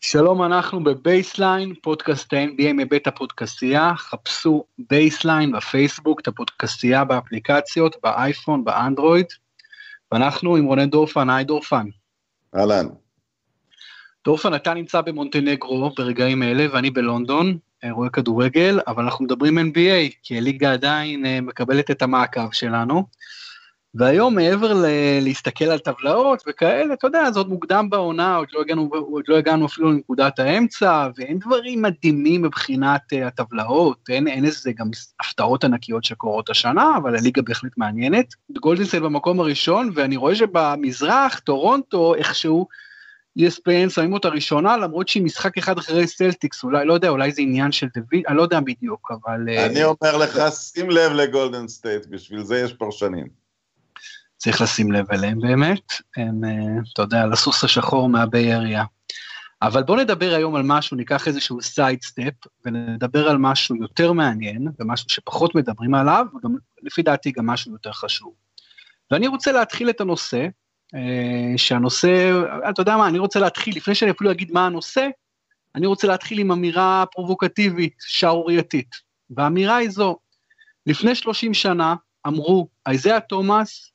שלום, אנחנו בבייסליין, פודקאסט ה-NBA מבית הפודקאסטייה. חפשו בייסליין בפייסבוק, את הפודקאסטייה באפליקציות, באייפון, באנדרואיד, ואנחנו עם רונן דורפן. היי דורפן. אהלן. דורפן, אתה נמצא במונטנגרו ברגעים אלה, ואני בלונדון, רואה כדורגל, אבל אנחנו מדברים NBA, כי הליגה עדיין מקבלת את המעקב שלנו, והיום מעבר להסתכל על טבלאות וכאלה, אתה יודע, זה עוד מוקדם בעונה, עוד לא הגענו אפילו לנקודת האמצע, ואין דברים מדהימים מבחינת הטבלאות, אין איזה גם הפתעות ענקיות שקורות השנה, אבל הליגה בהחלט מעניינת. גולדן סטייט במקום הראשון, ואני רואה שבמזרח, טורונטו, איכשהו, ESPN שמים אותה ראשונה, למרות שהיא משחק אחד אחרי סלטיקס, אולי, לא יודע, אולי זה עניין של דוד, אני לא יודע בדיוק, אבל... אני אומר לך, שים לב לגולדן סטייט, בשביל זה יש פרשנים. צריך לשים לב אליהם באמת, הם, אתה יודע, לסוס השחור מהבי אריה. אבל בוא נדבר היום על משהו, ניקח איזשהו סייד סטפ, ונדבר על משהו יותר מעניין, ומשהו שפחות מדברים עליו, וגם לפי דעתי גם משהו יותר חשוב. ואני רוצה להתחיל את הנושא, שהנושא, אתה יודע מה, אני רוצה להתחיל, לפני שאני אפילו אגיד מה הנושא, אני רוצה להתחיל עם אמירה פרובוקטיבית, שערורייתית, והאמירה היא זו, לפני 30 שנה אמרו, איזיה תומאס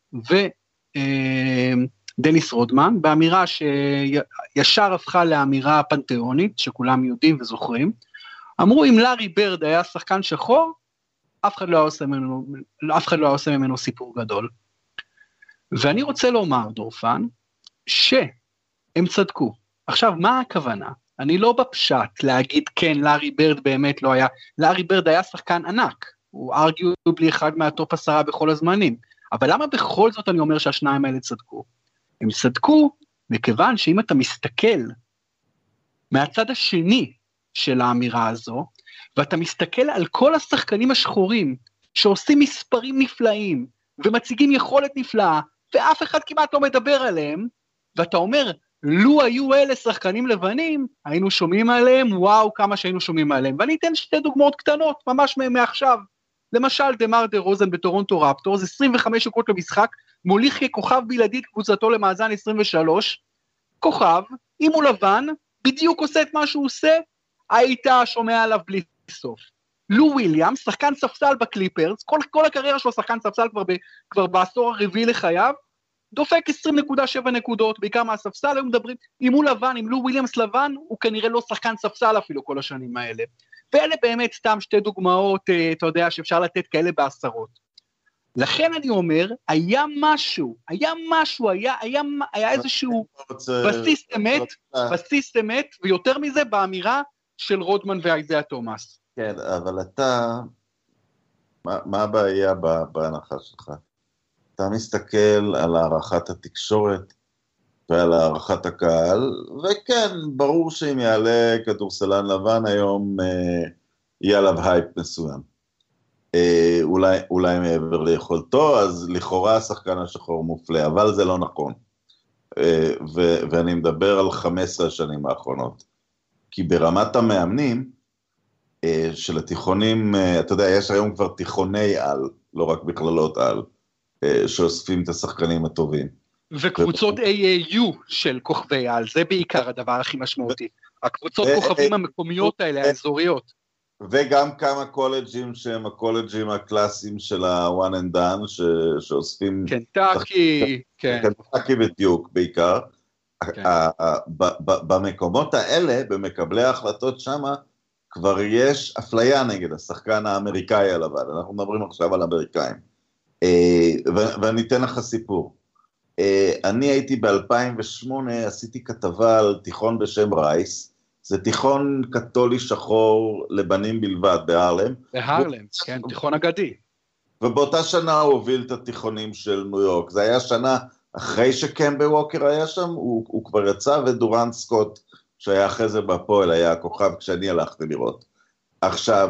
ודניס רודמן, באמירה שישר הפכה לאמירה פנתיאונית, שכולם יודעים וזוכרים, אמרו אם לארי ברד היה שחקן שחור, אף אחד לא היה עושה ממנו סיפור גדול. ואני רוצה לומר, דורפן, שהם צדקו. עכשיו, מה הכוונה? אני לא בפשט להגיד, כן, לארי ברד באמת לא היה, לארי ברד היה שחקן ענק, הוא ארגיובלי אחד מהטופ 10 בכל הזמנים, אבל למה בכל זאת אני אומר שהשניים האלה צדקו? הם צדקו מכיוון שאם אתה מסתכל מהצד השני של האמירה הזו, ואתה מסתכל על כל השחקנים השחורים, שעושים מספרים נפלאים, ומציגים יכולת נפלאה, ואף אחד כמעט לא מדבר עליהם, ואתה אומר, לו היו אלה שחקנים לבנים, היינו שומעים עליהם, וואו כמה שהיינו שומעים עליהם, ואני אתן שתי דוגמאות קטנות, ממש מעכשיו, למשל דמר דה רוזן בטורונטו רפטורס, 25 דקות למשחק, מוליך ככוכב בלעדי קבוצתו למאזן 23, כוכב, אם הוא לבן, בדיוק עושה את מה שהוא עושה, היית שומע עליו בלי סוף. לו וויליאמס, שחקן ספסל בקליפרס, כל הקריירה שלו שחקן ספסל כבר בעשור הרביעי לחייו, דופק 20.7 נקודות, בעיקר מהספסל, היום מדברים, אם הוא לבן, אם לו וויליאמס לבן, הוא כנראה לא שחקן ספסל אפילו כל השנים האלה. ואלה באמת סתם שתי דוגמאות, אתה יודע, שאפשר לתת כאלה בעשרות. לכן אני אומר, היה איזשהו בסיס אמת, ויותר מזה באמירה של רודמן ואיזיה תומאס. כן, אבל אתה, מה הבעיה בהנחה שלך? אתה מסתכל על הערכת התקשורת ועל הערכת הקהל, וכן, ברור שאם יעלה כדורסלן לבן היום, יהיה עליו הייפ מסוים. אולי מעבר ליכולתו, אז לכאורה השחקן השחור מופלא, אבל זה לא נכון. ואני מדבר על 15 השנים האחרונות. כי ברמת המאמנים של התיכונים, אתה יודע, יש היום כבר תיכוני על, לא רק בכללות על, שאוספים את השחקנים הטובים. וקבוצות AAU של כוכבי על, זה בעיקר הדבר הכי משמעותי. הקבוצות כוכבים המקומיות האלה, האזוריות. וגם כמה קולג'ים שהם הקולג'ים הקלאסיים של ה-one and done, שאוספים... קנטקי, כן. קנטקי ודיוק בעיקר. במקומות האלה, במקבלי ההחלטות שמה, כבר יש אפליה נגד השחקן האמריקאי הלבן. אנחנו מדברים עכשיו על אמריקאים. ואני אתן לך סיפור. אני הייתי ב-2008, עשיתי כתבה על תיכון בשם רייס, זה תיכון קתולי שחור לבנים בלבד בהרלם. בהרלם, כן, תיכון אגדי. ובאותה שנה הוא הוביל את התיכונים של ניו יורק, זה היה שנה אחרי שקמבה ווקר היה שם, הוא כבר יצא, ודורן סקוט, שהיה אחרי זה בפועל, היה הכוכב כשאני הלכתי לראות. עכשיו,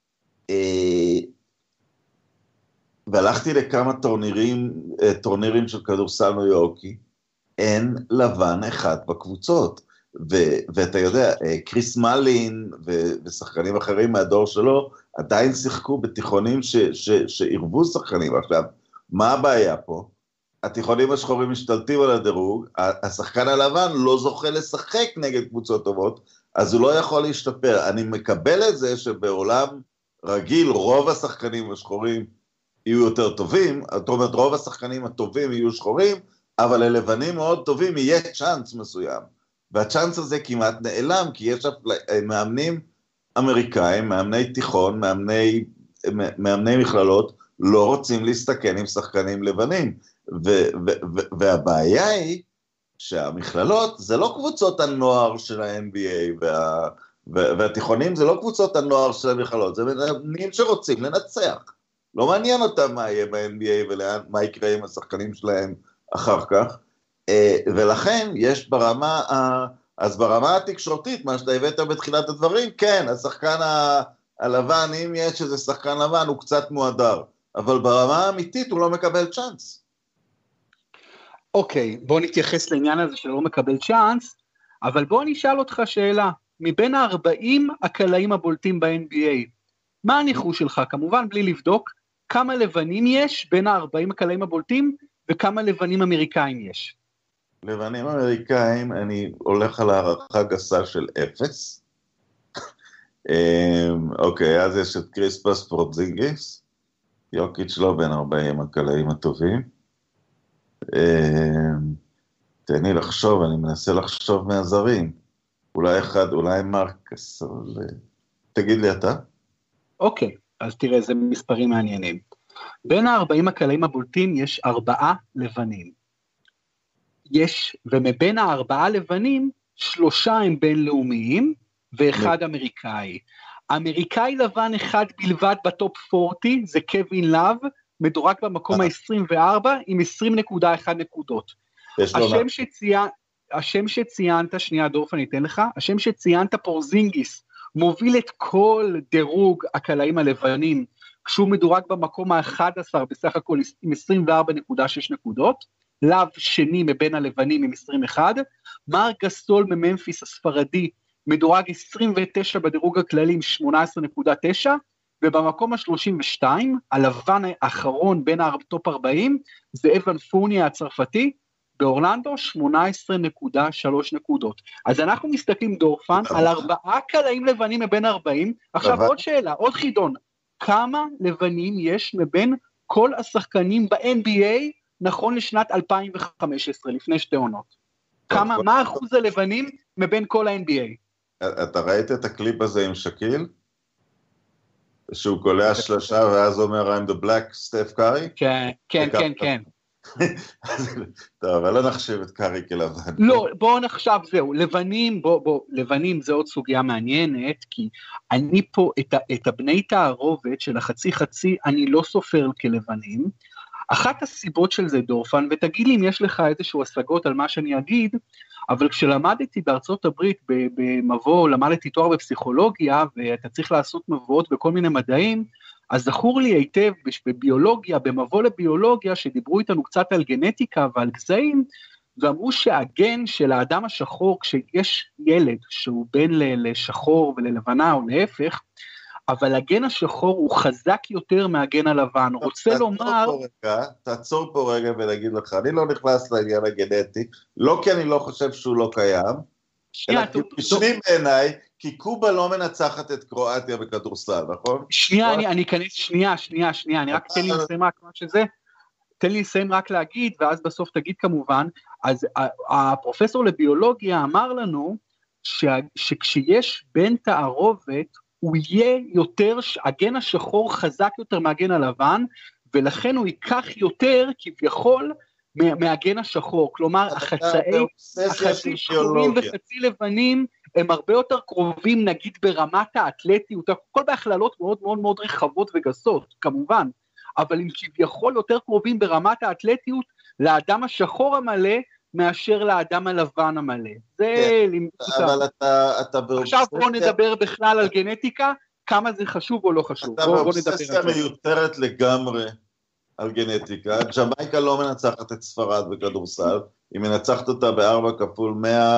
והלכתי לכמה טורנירים של כדורסל ניו יורקי, אין לבן אחד בקבוצות, ואתה יודע, קריס מלין ושחקנים אחרים מהדור שלו, עדיין שיחקו בתיכונים שעירבו שחקנים. עכשיו, מה הבעיה פה? התיכונים השחורים משתלטים על הדירוג, השחקן הלבן לא זוכה לשחק נגד קבוצות טובות, אז הוא לא יכול להשתפר. אני מקבל את זה שבעולם רגיל רוב השחקנים השחורים יהיו יותר טובים, זאת אומרת רוב השחקנים הטובים יהיו שחורים, אבל ללבנים מאוד טובים יהיה צ'אנס מסוים, והצ'אנס הזה כמעט נעלם, כי יש מאמנים אמריקאים, מאמני תיכון, מאמני מכללות, לא רוצים להסתכן עם שחקנים לבנים, והבעיה היא שהמכללות זה לא קבוצות הנוער של ה-NBA, והתיכונים זה לא קבוצות הנוער של המכללות, זה מאמנים שרוצים לנצח, לא מעניין אותם מה יהיה ב-NBA ומה יקרה עם השחקנים שלהם אחר כך, ולכן יש ברמה התקשורתית, מה שאתה הבאת בתחילת הדברים, כן, השחקן הלבן, אם יש איזה שחקן לבן, הוא קצת מועדר, אבל ברמה האמיתית הוא לא מקבל צ'אנס. אוקיי, בוא נתייחס לעניין הזה שלא מקבל צ'אנס, אבל בוא נשאל אותך שאלה, מבין ה-40 הקלעים הבולטים ב-NBA, מה הניחוש שלך? כמובן בלי לבדוק, כמה לבנים יש בין ה-40 הקלעים הבולטים, וכמה לבנים אמריקאים יש? לבנים אמריקאים, אני הולך על הערכה גסה של 0. אוקיי, אז יש את קריספס פורזינגיס, יוקיץ' לא בין 40 הקלעים הטובים. תן לי לחשוב, אני מנסה לחשוב מהזרים. אולי אחד, אולי מרקס, תגיד לי אתה. אוקיי, אז תראה, זה מספרים מעניינים. בין ה-40 הקלעים הבולטים יש 4 לבנים. ומבין ה4 לבנים, 3 הם בינלאומיים, ואחד אמריקאי. אמריקאי לבן אחד בלבד בטופ 40, זה קווין לב, מדורג במקום ה-24, עם 20.1 נקודות. השם שציינת, שנייה דורף אני אתן לך, השם שציינת פורזינגיס, מוביל את כל דירוג הקלעים הלבנים, כשהוא מדורג במקום ה-11 בסך הכל עם 24.6 נקודות, לב שני מבין הלבנים עם 21, מרק גסול מממפיס הספרדי, מדורג 29 בדירוג הכללי עם 18.9, ובמקום ה-32, הלבן האחרון בין הטופ 40, זה אבן פורניה הצרפתי, באורלנדו 18.3 נקודות. אז אנחנו מסתכלים דורפן על 4 קלעים לבנים מבין 40, עכשיו עוד שאלה, עוד חידון, כמה לבנים יש מבין כל השחקנים ב-NBA נכון לשנת 2015, לפני 2 עונות? מה אחוז הלבנים מבין כל ה-NBA? אתה ראית את הקליפ הזה עם שקיל? שהוא קולע שלושה ואז אומר I'm the black סטף קארי? כן, כן, כן, כן. טוב, אבל לא נחשב את קארי כלבן. לא, בואו נחשב, זהו, לבנים זה עוד סוגיה מעניינת, כי אני פה את הבני תערובת של החצי חצי, אני לא סופר כלבנים, אחת הסיבות של זה דורפן, ותגיד לי אם יש לך איזשהו השגות על מה שאני אגיד, אבל כשלמדתי בארצות הברית במבוא, למדתי תואר בפסיכולוגיה, ואתה צריך לעשות מבואות בכל מיני מדעים, אז זכור לי היטב בביולוגיה, במבוא לביולוגיה, שדיברו איתנו קצת על גנטיקה ועל גזעים, ואמרו שהגן של האדם השחור, כשיש ילד שהוא בן לשחור וללבנה או להפך, אבל הגן השחור הוא חזק יותר מהגן הלבן, רוצה לומר... תעצור פה רגע ולהגיד לך, אני לא נכנס לעניין הגנטי, לא כי אני לא חושב שהוא לא קיים, אלא כי משנים בעיניי, כי קובה לא מנצחת את קרואטיה בכדורסל, נכון? שנייה, אני אכנס, שנייה, אני רק תן לי לסיים רק מה שזה, תן לי לסיים רק להגיד, ואז בסוף תגיד כמובן, אז הפרופסור לביולוגיה אמר לנו, שכשיש בין תערובת, הוא יהיה יותר, הגן השחור חזק יותר מהגן הלבן, ולכן הוא ייקח יותר כביכול מהגן השחור, כלומר החצי שחורים וחצי לבנים, הם הרבה יותר קרובים נגיד ברמת האתלטיות, הכל בהכללות מאוד מאוד מאוד רחבות וגסות, כמובן, אבל הם כביכול יותר קרובים ברמת האתלטיות, לאדם השחור המלא, מאשר לאדם הלבן המלא. זה אבל אתה עכשיו בואו נדבר בכלל על גנטיקה, כמה זה חשוב או לא חשוב. אתה באובססיה מיותרת לגמרי על גנטיקה. ג'מייקה לא מנצחת את ספרד בכדורסל, היא מנצחת אותה ב4 כפול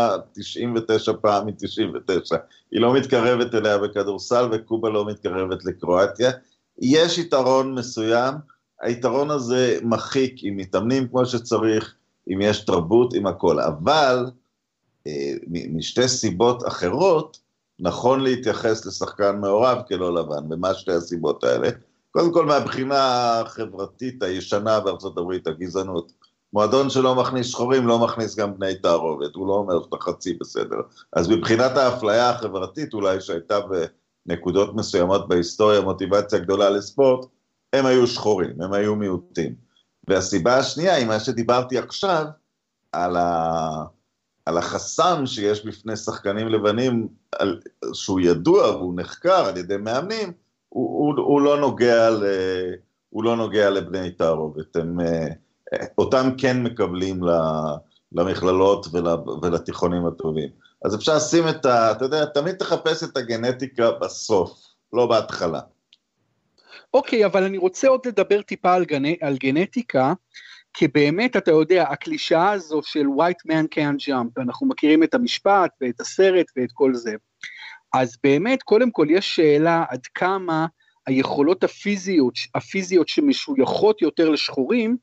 199 פעם מ-99. היא לא מתקרבת אליה בכדורסל, וקובה לא מתקרבת לקרואטיה. יש יתרון מסוים, היתרון הזה מחיק אם מתאמנים כמו שצריך, אם יש תרבות, עם הכל, אבל משתי סיבות אחרות, נכון להתייחס לשחקן מעורב כלא לבן, ומה שתי הסיבות האלה? קודם כל מהבחינה החברתית הישנה בארצות הברית, הגזענות, מועדון שלא מכניס שחורים, לא מכניס גם בני תערובת, הוא לא אומר שאתה חצי בסדר, אז מבחינת האפליה החברתית אולי שהייתה בנקודות מסוימות בהיסטוריה, מוטיבציה גדולה לספורט, הם היו שחורים, הם היו מיעוטים, והסיבה השנייה היא מה שדיברתי עכשיו, על החסם שיש בפני שחקנים לבנים, שהוא ידוע והוא נחקר על ידי מאמנים, הוא לא נוגע לבני תערובת, אותם כן מקבלים למכללות ולתיכונים הטובים. אז אפשר לשים אתה יודע, תמיד תחפש את הגנטיקה בסוף, לא בהתחלה. אוקיי, אבל אני רוצה עוד לדבר טיפה על גנטיקה, כי באמת אתה יודע, הקלישאה הזו של white man can't jump, אנחנו מכירים את המשפט ואת הסרט ואת כל זה, אז באמת קודם כל יש שאלה עד כמה היכולות הפיזיות שמשויכות יותר לשחורים,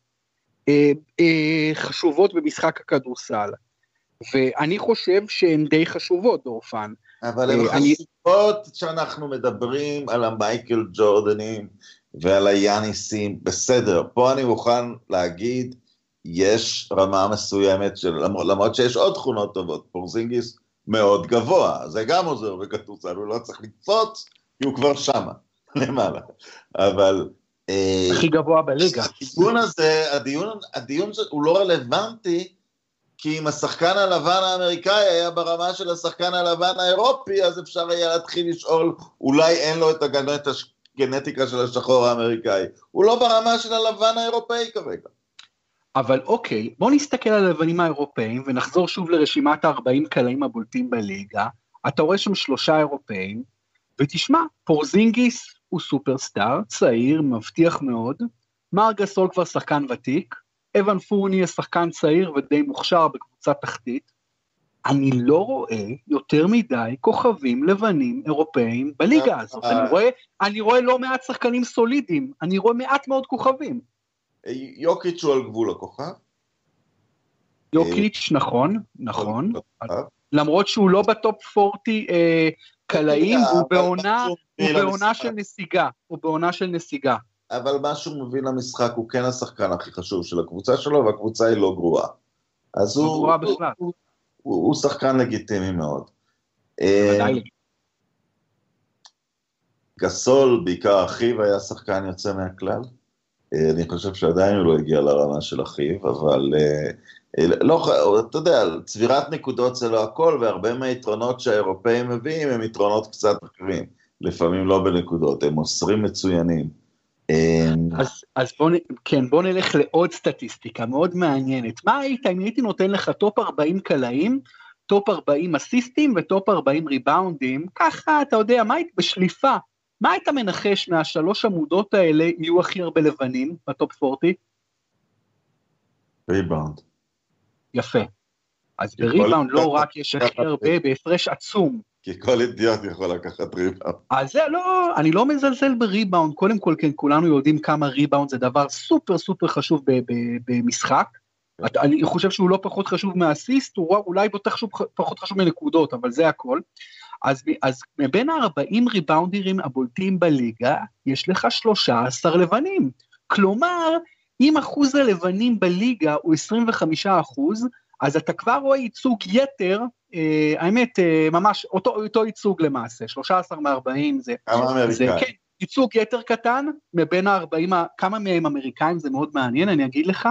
חשובות במשחק הכדורסל, ואני חושב שהן די חשובות דורפן. אבל הן חשובות שאנחנו מדברים על המייקל ג'ורדנים ועל היאניסים, בסדר, פה אני מוכן להגיד, יש רמה מסוימת, למרות שיש עוד תכונות טובות, פורזינגיס מאוד גבוה, זה גם עוזר בכדורסל, הוא לא צריך לקפוץ, כי הוא כבר שמה, למעלה, אבל הכי גבוה בליגה. הדיון הזה, הדיון הוא לא רלוונטי, כי אם השחקן הלבן האמריקאי היה ברמה של השחקן הלבן האירופי, אז אפשר היה להתחיל לשאול, אולי אין לו את הגנטיקה של השחור האמריקאי. הוא לא ברמה של הלבן האירופאי כרגע. אבל אוקיי, בוא נסתכל על הלבנים האירופאים, ונחזור שוב לרשימת ה-40 קלעים הבולטים בליגה. אתה רואה שם 3 אירופאים, ותשמע, פורזינגיס הוא סופרסטאר, צעיר, מבטיח מאוד, מרק גסול כבר שחקן ותיק, אבן פורני שחקן צעיר ודי מוכשר בקבוצה תחתית, אני לא רואה יותר מדי כוכבים לבנים אירופאים בליגה הזאת, אני רואה לא מעט שחקנים סולידיים, אני רואה מעט מאוד כוכבים. יוקיץ' הוא על גבול הכוכב? יוקיץ', נכון, למרות שהוא לא בטופ 40 קלעים, הוא בעונה של נסיגה. אבל מה שהוא מבין למשחק, הוא כן השחקן הכי חשוב של הקבוצה שלו, והקבוצה היא לא גרועה. אז הוא שחקן לגיטימי מאוד. גסול, בעיקר אחיו, היה שחקן יוצא מהכלל. אני חושב שעדיין הוא לא הגיע לרמה של אחיו, אבל לא, אתה יודע, צבירת נקודות זה לא הכל, והרבה מהיתרונות שהאירופאים מביאים, הם יתרונות קצת אחרים. לפעמים לא בנקודות, הם מוסרים מצוינים. אז בוא נלך לעוד סטטיסטיקה מאוד מעניינת. מה היית, אם הייתי נותן לך טופ 40 קלעים, טופ 40 אסיסטים וטופ 40 ריבאונדים, ככה אתה יודע, מה היית בשליפה, מה היית מנחש מהשלוש עמודות האלה יהיו הכי הרבה לבנים בטופ 40? ריבאונד. יפה. אז בריבאונד לא רק יש הכי הרבה, בהפרש עצום. כי כל אידיוט יכול לקחת ריבאונד. אז זה לא, אני לא מזלזל בריבאונד, קודם כל כן, כולנו יודעים כמה ריבאונד זה דבר סופר סופר חשוב במשחק, אני חושב שהוא לא פחות חשוב מהאסיסט, הוא אולי פחות חשוב מנקודות, אבל זה הכל. אז מבין 40 ריבאונדרים הבולטים בליגה, יש לך 13 לבנים, כלומר, אם אחוז הלבנים בליגה הוא 25%, אז אתה כבר רואה ייצוג יתר, האמת, ממש אותו ייצוג למעשה, 13 מ-40 זה כן, ייצוג יתר קטן, מבין ה-40, כמה מהם אמריקאים, זה מאוד מעניין, אני אגיד לך,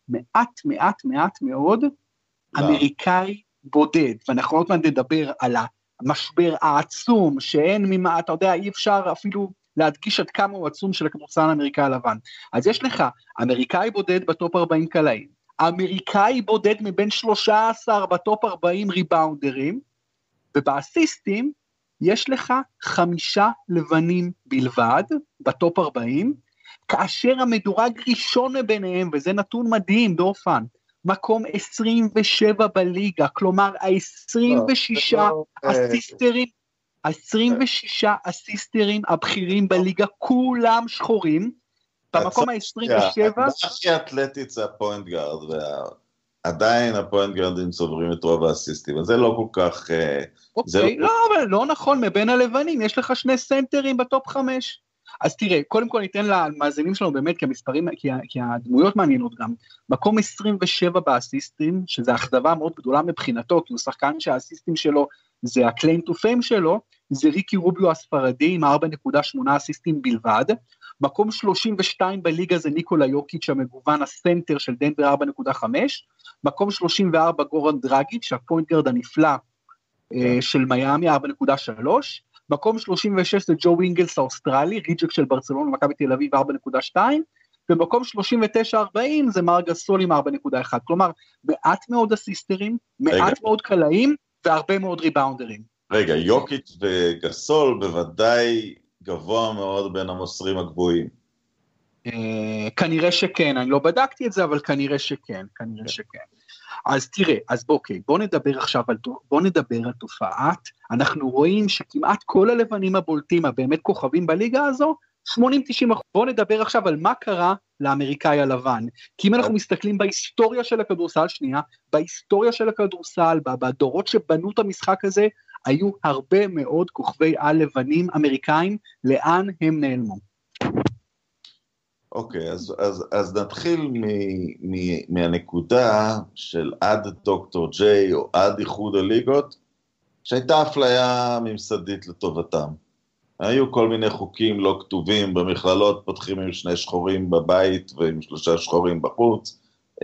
מעט מאוד, אמריקאי בודד, ואנחנו עוד מעט נדבר על המשבר העצום, שאין ממה, אתה יודע, אי אפשר אפילו להדגיש עד כמה הוא עצום של הכדורסל האמריקאי הלבן, אז יש לך אמריקאי בודד בטופ 40 קלעים, אמריקאי בודד מבין 13 בטופ 40 ריבאונדרים, ובאסיסטים יש לך 5 לבנים בלבד בטופ 40, כאשר המדורג ראשון ביניהם, וזה נתון מדהים דורפן, מקום 27 בליגה, כלומר ה-26 אסיסטרים, 26 אסיסטרים הבכירים בליגה, כולם שחורים, במקום ה-27... הכי אתלטית זה הפוינט גארד, ועדיין הפוינט גארדים צוברים את רוב האסיסטים, אז זה לא כל כך... אוקיי, לא, אבל לא נכון, מבין הלבנים, יש לך 2 סנטרים בטופ 5. אז תראה, קודם כל ניתן למאזינים שלנו באמת, כי המספרים, כי הדמויות מעניינות גם, מקום 27 באסיסטים, שזו אכזבה מאוד גדולה מבחינתו, כי הוא שחקן שהאסיסטים שלו, זה ה-claim to fame שלו, זה ריקי רוביו הספרדי, עם 4.8 אסיסטים בלבד, מקום 32 בליגה זה ניקולה יוקיץ' המגוון הסנטר של דנבר 4.5, מקום 34 גורן דרגיץ', הפוינט גארד הנפלא של מיאמי 4.3, מקום 36 זה ג'ו אינגלס האוסטרלי, ריג'ק של ברצלונה ומכבי תל אביב 4.2, ומקום 39-40 זה מרק גסול עם 4.1, כלומר מעט מאוד אסיסטרים, מעט מאוד קלעים והרבה מאוד ריבאונדרים. רגע, יוקיץ' וגסול בוודאי גבוה מאוד בין המוסרים הגבוהים. כנראה שכן, אני לא בדקתי את זה, אבל כנראה שכן. אז תראה, אז בוא נדבר עכשיו על תופעת, אנחנו רואים שכמעט כל הלבנים הבולטים, הבאמת כוכבים בליגה הזו, 80-90%, בוא נדבר עכשיו על מה קרה לאמריקאי הלבן, כי אם אנחנו מסתכלים בהיסטוריה של הכדורסל, בהיסטוריה של הכדורסל, בדורות שבנו את המשחק הזה, היו הרבה מאוד כוכבי על לבנים אמריקאים, לאן הם נעלמו? אוקיי, אז נתחיל מהנקודה של עד דוקטור ג'יי, או עד איחוד הליגות, שהייתה אפליה ממסדית לטובתם. היו כל מיני חוקים לא כתובים, במכללות פותחים עם 2 שחורים בבית, ועם 3 שחורים בחוץ,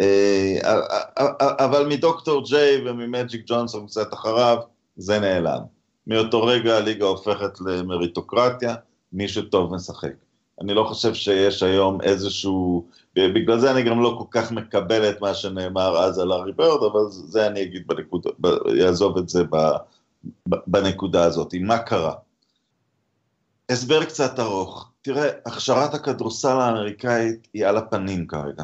אבל מדוקטור ג'יי וממג'יק ג'ונסון קצת אחריו, זה נעלם. מאותו רגע הליגה הופכת למריטוקרטיה, מי שטוב משחק. אני לא חושב שיש היום איזשהו, בגלל זה אני גם לא כל כך מקבל את מה שנאמר אז על הארי בירד, אבל זה אני אגיד יעזוב את זה בנקודה הזאת. מה קרה? הסבר קצת ארוך. תראה, הכשרת הכדורסל האמריקאית היא על הפנים כרגע.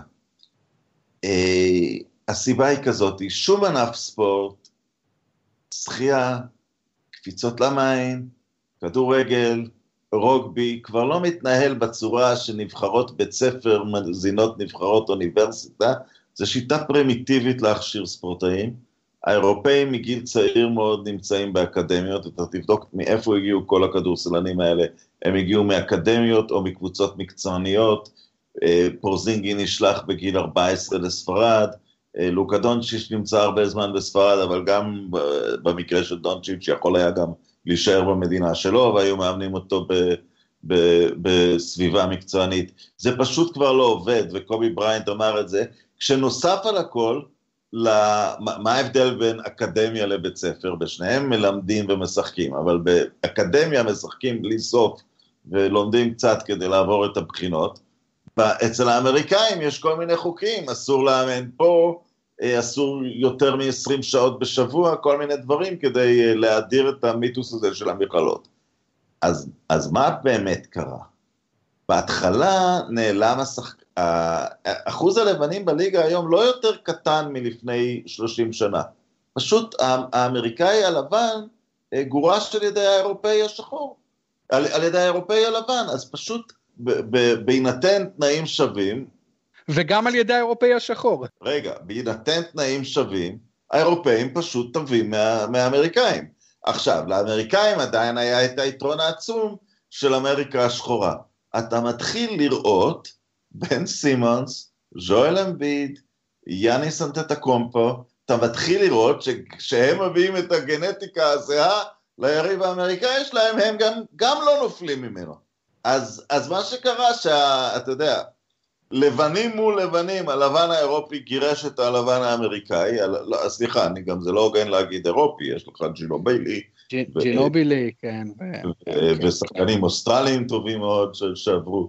הסיבה היא כזאת, שום ענף ספורט, שחייה, קפיצות למים, כדורגל, רוגבי, כבר לא מתנהל בצורה שנבחרות בית ספר, מזינות נבחרות אוניברסיטה, זו שיטה פרימיטיבית להכשיר ספורטאים, האירופאים מגיל צעיר מאוד נמצאים באקדמיות, אתה תבדוק מאיפה הגיעו כל הכדורסלנים האלה, הם הגיעו מאקדמיות או מקבוצות מקצועניות, פורזינגי נשלח בגיל 14 לספרד, לוקה דונצ'יץ' נמצא הרבה זמן בספרד, אבל גם במקרה של דונצ'יץ' שיכול היה גם להישאר במדינה שלו, והיו מאמנים אותו בסביבה מקצוענית. זה פשוט כבר לא עובד, וקובי בריינט אמר את זה, כשנוסף על הכל, מה ההבדל בין אקדמיה לבית ספר? בשניהם מלמדים ומשחקים, אבל באקדמיה משחקים בלי סוף, ולומדים קצת כדי לעבור את הבחינות. אצל האמריקאים יש כל מיני חוקים, אסור לאמן פה, אסור יותר מ-20 שעות בשבוע, כל מיני דברים כדי להדיר את המיתוס הזה של המכללות. אז מה באמת קרה? בהתחלה נעלם אחוז הלבנים בליגה היום לא יותר קטן מלפני 30 שנה. פשוט האמריקאי הלבן גורש על ידי האירופאי השחור, על ידי האירופאי הלבן, אז פשוט בהינתן תנאים שווים, וגם על ידי האירופאי השחור. רגע, בהינתן תנאים שווים, האירופאים פשוט טובים מהאמריקאים. עכשיו, לאמריקאים עדיין היה את היתרון העצום של אמריקה השחורה. אתה מתחיל לראות בן סימונס, ז'ואל אמביד, יאניס אנטטוקומפו, אתה מתחיל לראות שכשהם מביאים את הגנטיקה הזהה ליריב האמריקאי שלהם, הם גם לא נופלים ממנו. אז מה שקרה אתה יודע, לבנים מול לבנים, הלבן האירופי גירש את הלבן האמריקאי, סליחה, זה לא הוגן להגיד אירופי, יש לך ג'ינובילי, ג'ינובילי, כן. ושחקנים אוסטרליים טובים מאוד שעברו,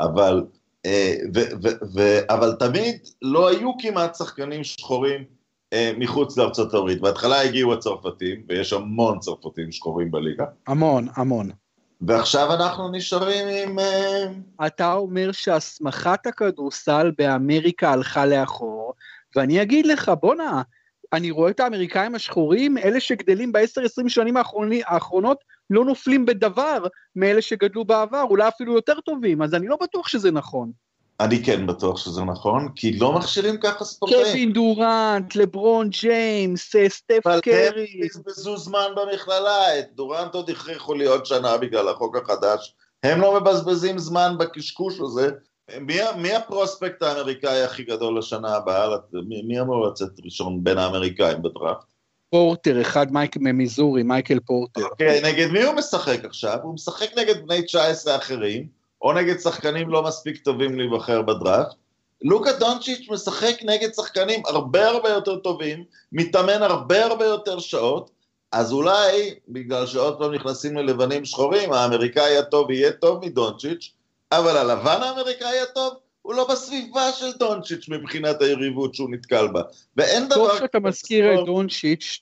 אבל תמיד לא היו כמעט שחקנים שחורים מחוץ לארצות הברית, בהתחלה הגיעו הצרפתים, ויש המון צרפתים שחורים בליגה. המון. ועכשיו אנחנו נשארים עם... אתה אומר שהסמכת הכדורסל באמריקה הלכה לאחור, ואני אגיד לך, בונה, אני רואה את האמריקאים השחורים, אלה שגדלים ב10-20 שנים האחרונות, לא נופלים בדבר מאלה שגדלו בעבר, אולי אפילו יותר טובים, אז אני לא בטוח שזה נכון. אני כן בטוח שזה נכון, כי לא מכשירים ככה ספורטאים. קווין דורנט, לברון ג'יימס, סטף אבל קרי. הם בזבזו זמן במכללה, את דורנט עוד הכריחו להיות שנה בגלל החוק החדש. הם לא מבזבזים זמן בקשקוש הזה. מי הפרוספקט האמריקאי הכי גדול לשנה הבאה? מי אמור לצאת ראשון בין האמריקאים בדראפט? פורטר, אחד ממיזורי, מייקל פורטר. אוקיי, נגד מי הוא משחק עכשיו? הוא משחק נגד בני 19 אחרים, או נגד שחקנים לא מספיק טובים להיבחר בדראפט. לוקה דונצ'יץ' משחק נגד שחקנים הרבה הרבה יותר טובים, מתאמן הרבה הרבה יותר שעות, אז אולי, בגלל שעוד פעם נכנסים ללבנים שחורים, האמריקאי הטוב יהיה טוב מדונצ'יץ', אבל הלבן האמריקאי הטוב, הוא לא בסביבה של דונצ'יץ' מבחינת היריבות שהוא נתקל בה. ואין דבר... טוב שאתה מזכיר את דונצ'יץ',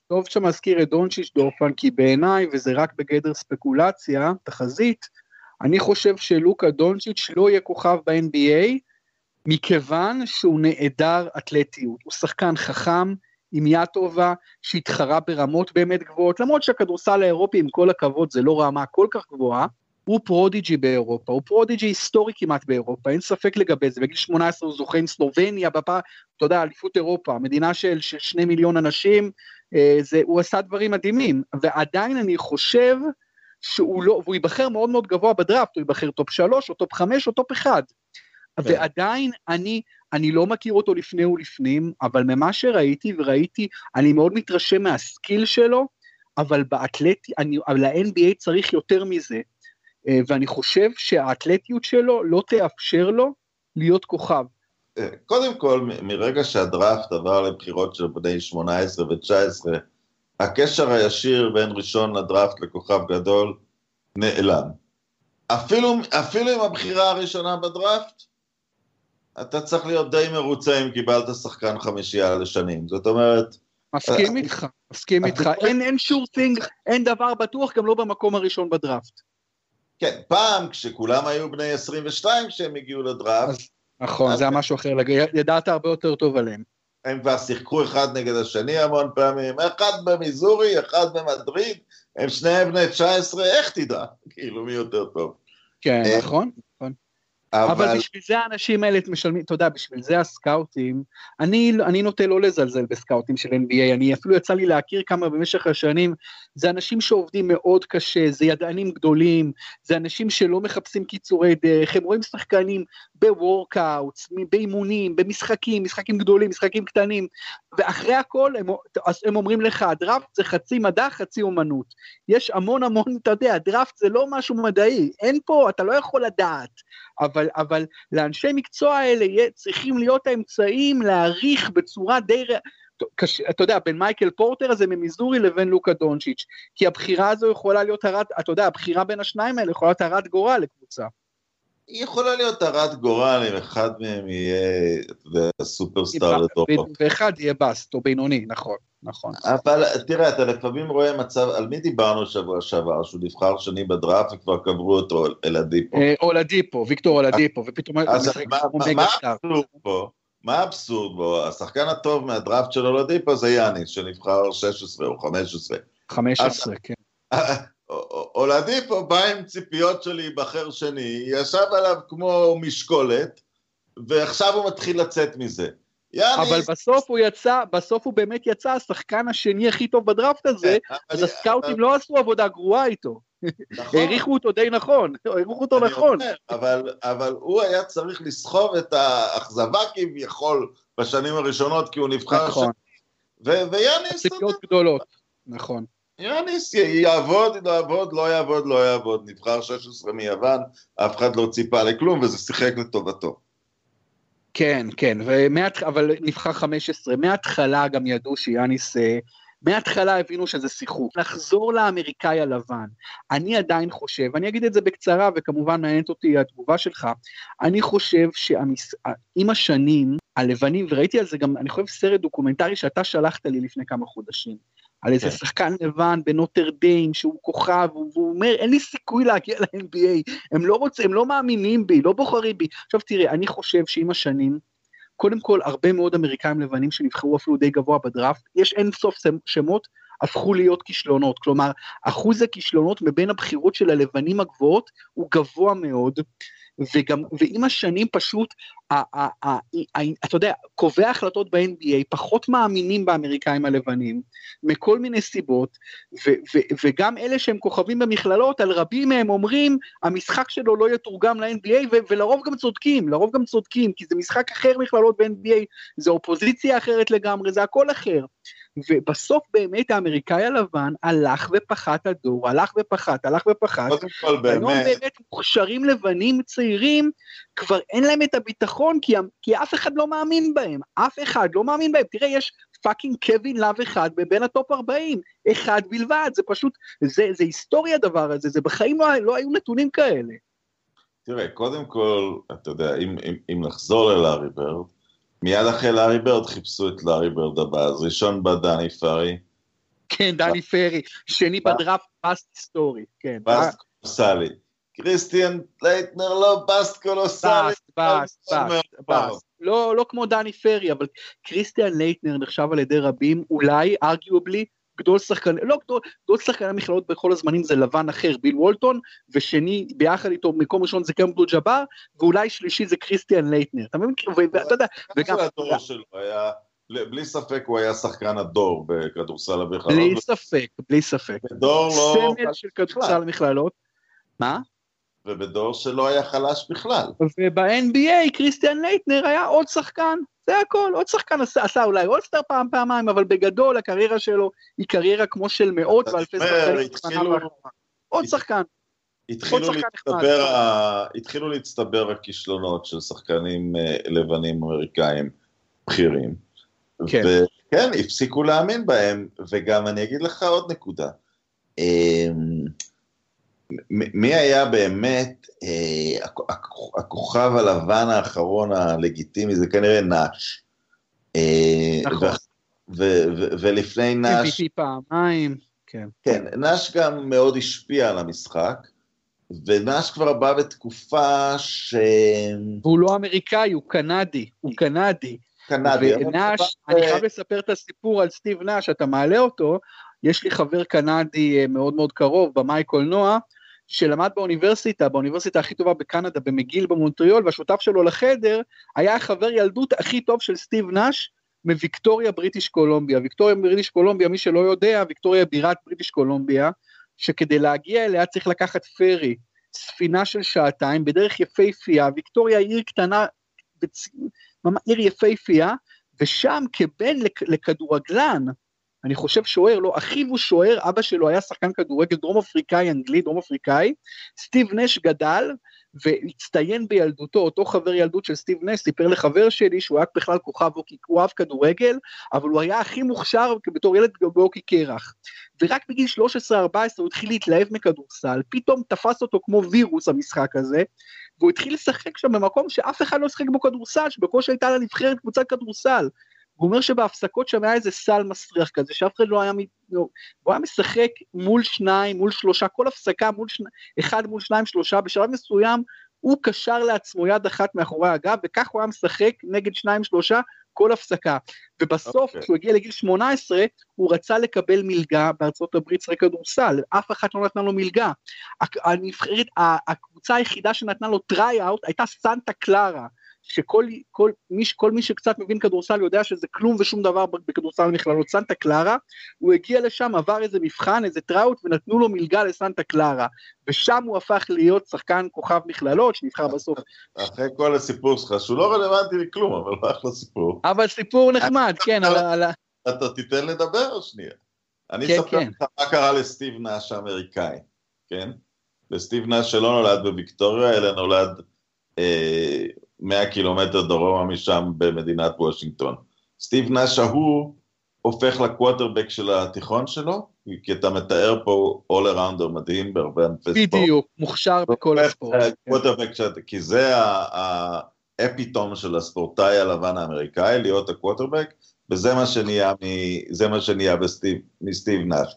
דורפן, כי בעיניי, וזה רק בגדר ספקולציה, תחזית, אני חושב שלוקה דונצ'יץ' לא יהיה כוכב ב-NBA, מכיוון שהוא נעדר אתלטיות, הוא שחקן חכם, עם יד טובה, שהתחרה ברמות באמת גבוהות, למרות שהכדורסל האירופי, עם כל הכבוד, זה לא רמה כל כך גבוהה, הוא פרודיג'י באירופה, הוא פרודיג'י היסטורי כמעט באירופה, אין ספק לגבי זה, בגיל 18 הוא זוכה עם סלובניה, אתה יודע, אליפות אירופה, מדינה של 2 מיליון אנשים, הוא עשה דברים מדהימים, ועדיין אני חושב שהוא לא, והוא ייבחר מאוד מאוד גבוה בדראפט, הוא ייבחר טופ 3 או טופ 5 או טופ 1, ועדיין אני לא מכיר אותו לפני ולפנים, אבל ממה שראיתי, אני מאוד מתרשם מהסקיל שלו, אבל ל-NBA צריך יותר מזה, ואני חושב שהאתלטיות שלו לא תאפשר לו להיות כוכב. קודם כל, מרגע שהדראפט עבר לבחירות של בני 18 ו-19, הקשר הישיר בין ראשון לדראפט לכוכב גדול נעלם. אפילו עם הבחירה הראשונה בדראפט, אתה צריך להיות די מרוצה אם קיבלת שחקן חמישייה לשנים. זאת אומרת... מסכים איתך. אין sure thing, אין דבר בטוח, גם לא במקום הראשון בדראפט. כן, פעם כשכולם היו בני 22 כשהם הגיעו לדראפט. נכון, זה היה משהו אחר, ידעת הרבה יותר טוב עליהם. הם כבר שיחקו אחד נגד השני המון פעמים, אחד במיזורי, אחד במדריד, הם שניהם בני 19, איך תדע? כאילו מי יותר טוב. כן, נכון. אבל בשביל זה האנשים האלה משלמים, אתה יודע, בשביל זה הסקאוטים, אני נוטה לא לזלזל בסקאוטים של NBA, אני אפילו יצא לי להכיר כמה במשך השנים, זה אנשים שעובדים מאוד קשה, זה ידענים גדולים, זה אנשים שלא מחפשים קיצורי דרך, הם רואים שחקנים בוורקאוטס, באימונים, במשחקים, משחקים גדולים, משחקים קטנים, ואחרי הכל הם אומרים לך, הדראפט זה חצי מדע, חצי אומנות, יש המון, אתה יודע, הדראפט זה לא משהו מדעי, אין פה, אתה לא יכול לדעת, אבל לאנשי מקצוע האלה צריכים להיות האמצעים להעריך בצורה די, אתה יודע, בין מייקל פורטר הזה ממיזורי לבין לוקה דונצ'יץ', כי הבחירה הזו יכולה להיות אתה יודע, הבחירה בין השניים האלה יכולה להיות הרת גורל לקבוצה. היא יכולה להיות הרת גורל אם אחד מהם יהיה סופרסטאר לטופו. ואחד יהיה בסט או בינוני, נכון. אבל תראה, אתה לפעמים רואה מצב, על מי דיברנו שבוע שעבר, שהוא נבחר שני בדראפט וכבר קברו אותו אולדיפו, ויקטור אולדיפו, ופתאום... אז מה האבסורד בו? השחקן הטוב מהדראפט של אולדיפו זה יאניס, שנבחר 16 או 15. 15, כן. אולדיפו בא עם ציפיות שלי בחר שני, ישב עליו כמו משקולת, ועכשיו הוא מתחיל לצאת מזה. אבל בסוף הוא באמת יצא השחקן השני הכי טוב בדראפט הזה, אז הסקאוטים לא עשו עבודה גרועה איתו. העריכו אותו די נכון, העריכו אותו נכון. אבל הוא היה צריך לסחוב את האכזבה כביכול בשנים הראשונות, כי הוא נבחר שני. ויאניס... ציפיות גדולות, נכון. יאניס יעבוד, לא יעבוד, נבחר 16 מיוון, אף אחד לא ציפה לכלום, וזה שיחק לטובתו. כן, אבל נבחר 15, מההתחלה גם ידעו שיאניס, מההתחלה הבינו שזה שיחוק, לחזור לאמריקאי הלבן, אני עדיין חושב, אני אגיד את זה בקצרה, וכמובן מעניינת אותי התגובה שלך, אני חושב שעם השנים, הלבנים, וראיתי על זה גם, אני חושב סרט דוקומנטרי שאתה שלחת לי לפני כמה חודשים, על איזה שחקן לבן בנוטר דיים, שהוא כוכב, והוא אומר, אין לי סיכוי להגיע ל-NBA, הם לא מאמינים בי, לא בוחרים בי. עכשיו תראה, אני חושב שעם השנים, קודם כל, הרבה מאוד אמריקאים לבנים שנבחרו אפילו די גבוה בדראפט, יש אין סוף שמות, הפכו להיות כישלונות, כלומר, אחוז הכישלונות מבין הבחירות של הלבנים הגבוהות, הוא גבוה מאוד, ועם השנים פשוט, אתה יודע, קובעי ההחלטות ב-NBA פחות מאמינים באמריקאים הלבנים, מכל מיני סיבות, וגם אלה שהם כוכבים במכללות, על רבים מהם אומרים, המשחק שלו לא יתורגם ל-NBA, ולרוב גם צודקים, כי זה משחק אחר מכללות ב-NBA, זה אופוזיציה אחרת לגמרי, זה הכל אחר. ובסוף באמת האמריקאי הלבן הלך ופחת הדור, הלך ופחת, היום באמת מוכשרים לבנים צעירים, כבר אין להם את הביטחון, כי אף אחד לא מאמין בהם, תראה יש פאקינג קווין לב אחד בבין הטופ 40, אחד בלבד, זה פשוט, זה היסטוריה הדבר הזה, זה בחיים לא היו נתונים כאלה. תראה, קודם כל, אתה יודע, אם נחזור ללארי ברד, מיד אחרי לארי ברד חיפשו את לארי ברד הבא, אז ראשון בא דני פרי. כן, דני פרי, שני בדראפט פאסט היסטורי, כן. פאסט קולוסלי. קריסטיאן לייטנר לא פאסט קולוסלי. פאסט. לא כמו דני פרי, אבל קריסטיאן לייטנר נחשב על ידי רבים, אולי, ארגיובלי, גדול שחקני המכללות בכל הזמנים זה לבן אחר, ביל וולטון, ושני ביחד איתו מקום ראשון זה קמפדול ג'אבר, ואולי שלישי זה קריסטיאן לייטנר, אתה מבין? ואתה יודע, וגם... הדור שלו היה, בלי ספק הוא היה שחקן הדור בכדורסל המכללות. בלי ספק. בדור לא... סמל של כדורסל המכללות. מה? ובדור שלו היה חלש בכלל. וב-NBA קריסטיאן לייטנר היה עוד שחקן, זה הכל, עוד שחקן עשה אולי אולסטר פעמיים, אבל בגדול הקריירה שלו היא קריירה כמו של מאות ואלפי שחקנים. עוד שחקן. התחילו להצטבר הכישלונות של שחקנים לבנים אמריקאים בכירים. וכן, הפסיקו להאמין בהם, וגם אני אגיד לך עוד נקודה. מי היה באמת הכוכב הלבן האחרון הלגיטימי, זה כנראה נאש. נכון. ולפני נאש... MVP פעמיים, כן. כן, נאש גם מאוד השפיע על המשחק, ונאש כבר בא בתקופה והוא לא אמריקאי, הוא קנדי, ונאש, אני חייב לספר את הסיפור על סטיב נאש, אתה מעלה אותו, יש לי חבר קנדי מאוד מאוד קרוב, במאי קולנוע, שלמד באוניברסיטה הכי טובה בקנדה, במגיל במונטריול, והשותף שלו לחדר, היה החבר ילדות הכי טוב של סטיב נאש, מוויקטוריה בריטיש קולומביה. ויקטוריה בריטיש קולומביה, מי שלא יודע, ויקטוריה בירת בריטיש קולומביה, שכדי להגיע אליה צריך לקחת פרי, ספינה של שעתיים, בדרך יפהפייה, ויקטוריה עיר קטנה, עיר יפהפייה, ושם כבן לכדורגלן, אני חושב שוער, לא, אחיו הוא שוער, אבא שלו היה שחקן כדורגל דרום אפריקאי, אנגלי, דרום אפריקאי, סטיב נש גדל, והצטיין בילדותו, אותו חבר ילדות של סטיב נש, סיפר לחבר שלי, שהוא היה בכלל כוכב, הוא אוהב כדורגל, אבל הוא היה הכי מוכשר בתור ילד באוקי קרח, ורק בגיל 13-14 הוא התחיל להתלהב מכדורסל, פתאום תפס אותו כמו וירוס המשחק הזה, והוא התחיל לשחק שם במקום שאף אחד לא שחק בו כדורסל, שבקושי הייתה לה נבחרת קבוצת כדורסל, הוא אומר שבהפסקות שם היה איזה סל מסריח כזה, שאף אחד לא היה, הוא היה משחק מול שניים, מול שלושה, כל הפסקה אחד מול שניים, שלושה, בשלב מסוים, הוא קשר לעצמו יד אחת מאחורי הגב, וכך הוא היה משחק נגד שניים, שלושה, כל הפסקה, ובסוף, כשהוא הגיע לגיל 18, הוא רצה לקבל מלגה בארצות הברית שחק כדורסל, אף אחד לא נתנה לו מלגה, הקבוצה היחידה שנתנה לו טריי-אוט, הייתה סנטה קלרה, שכל מי שקצת מבין כדורסל יודע שזה כלום ושום דבר בכדורסל המכללות, סנטה קלרה, הוא הגיע לשם, עבר איזה מבחן, איזה טראוט, ונתנו לו מלגה לסנטה קלרה, ושם הוא הפך להיות שחקן כוכב מכללות, שנבחר בסוף. אחרי כל הסיפור שלך, שהוא לא רלוונטי לכלום, אבל לא אחלה סיפור. אבל סיפור נחמד, כן. אתה תיתן לדבר או שנייה? אני אספר לך מה קרה לסטיב נאש האמריקאי, כן? לסטיב נאש שלא נולד בוויקטוריה, אלא נולד 100 קילומטר דרומה משם במדינת וושינגטון. סטיב נאש הוא הופך לקווטרבק של התיכון שלו, כי אתה מתאר פה all arounder מדהים בהרבה ענפי ספורט. בדיוק, מוכשר בכל הספורט. כי זה האפיטום של הספורטאי הלבן האמריקאי, להיות הקווטרבק, וזה מה שנהיה מסטיב נאש.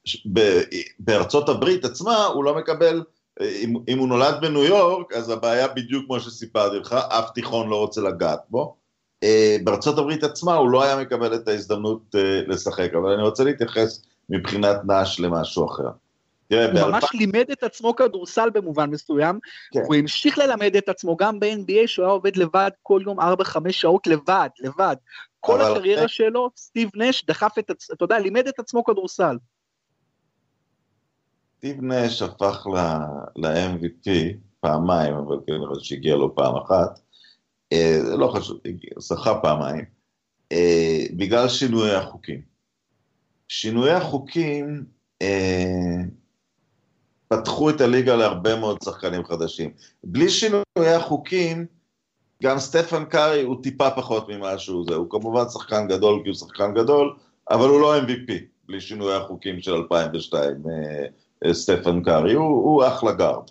בארצות הברית עצמה הוא לא מקבל, אם הוא נולד בניו יורק, אז הבעיה בדיוק כמו שסיפרתי לך, אף תיכון לא רוצה לגעת בו. בארצות הברית עצמה הוא לא היה מקבל את ההזדמנות לשחק, אבל אני רוצה להתייחס מבחינת נאש למשהו אחר. הוא ממש לימד את עצמו כדורסל במובן מסוים, הוא המשיך ללמד את עצמו גם ב-NBA, שהוא היה עובד לבד כל יום 4-5 שעות לבד. כל הקריירה שלו, סטיב נש דחף אתה יודע, לימד את עצמו כדורסל. סטיב נש הפך ל-MVP פעמיים, אבל כנראה שהגיע לו פעם אחת, זה לא חשוב, שחה פעמיים, בגלל שינוי החוקים. שינוי החוקים פתחו את הליגה להרבה מאוד שחקנים חדשים. בלי שינוי החוקים, גם סטפן קארי הוא טיפה פחות ממשהו זה, הוא כמובן שחקן גדול כי הוא שחקן גדול, אבל הוא לא MVP, בלי שינוי החוקים של 2002, סטפן קארי, הוא אחלה גארד.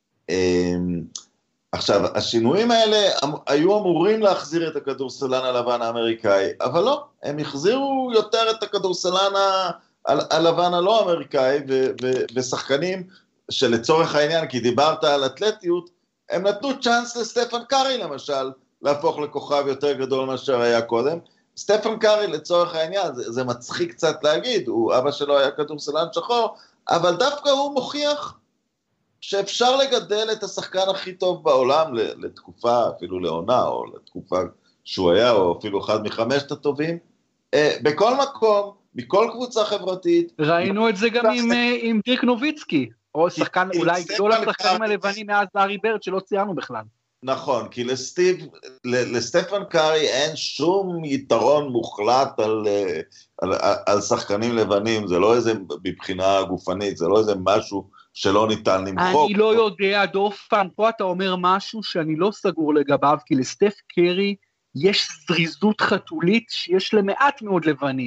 עכשיו, השינויים האלה היו אמורים להחזיר את הכדורסלן הלבן האמריקאי, אבל לא, הם החזירו יותר את הכדורסלן הלבן הלא אמריקאי, ושחקנים שלצורך העניין, כי דיברת על אתלטיות, הם נתנו צ'אנס לסטפן קארי למשל, להפוך לכוכב יותר גדול מאשר היה קודם. סטפן קארי לצורך העניין, זה מצחיק קצת להגיד, אבא שלו היה כדורסלן שחור, אבל דווקא הוא מוכיח שאפשר לגדל את השחקן הכי טוב בעולם לתקופה, אפילו לעונה, או לתקופה שהוא היה, או אפילו אחד מחמשת הטובים, בכל מקום, מכל קבוצה חברתית. ראינו את זה גם עם דירק נוביצקי, או שחקן, אולי גדול השחקנים הלבנים מאז לארי ברד, שלא ציינו בכלל. נכון, כי לסטפן קארי אין שום יתרון מוחלט על שחקנים לבנים, זה לא איזה, מבחינה גופנית, זה לא איזה משהו שלא ניתן למחוק. אני לא יודע, דופן, פה אתה אומר משהו שאני לא סגור לגביו, כי לסטף קארי יש זריזות חתולית שיש למעט מאוד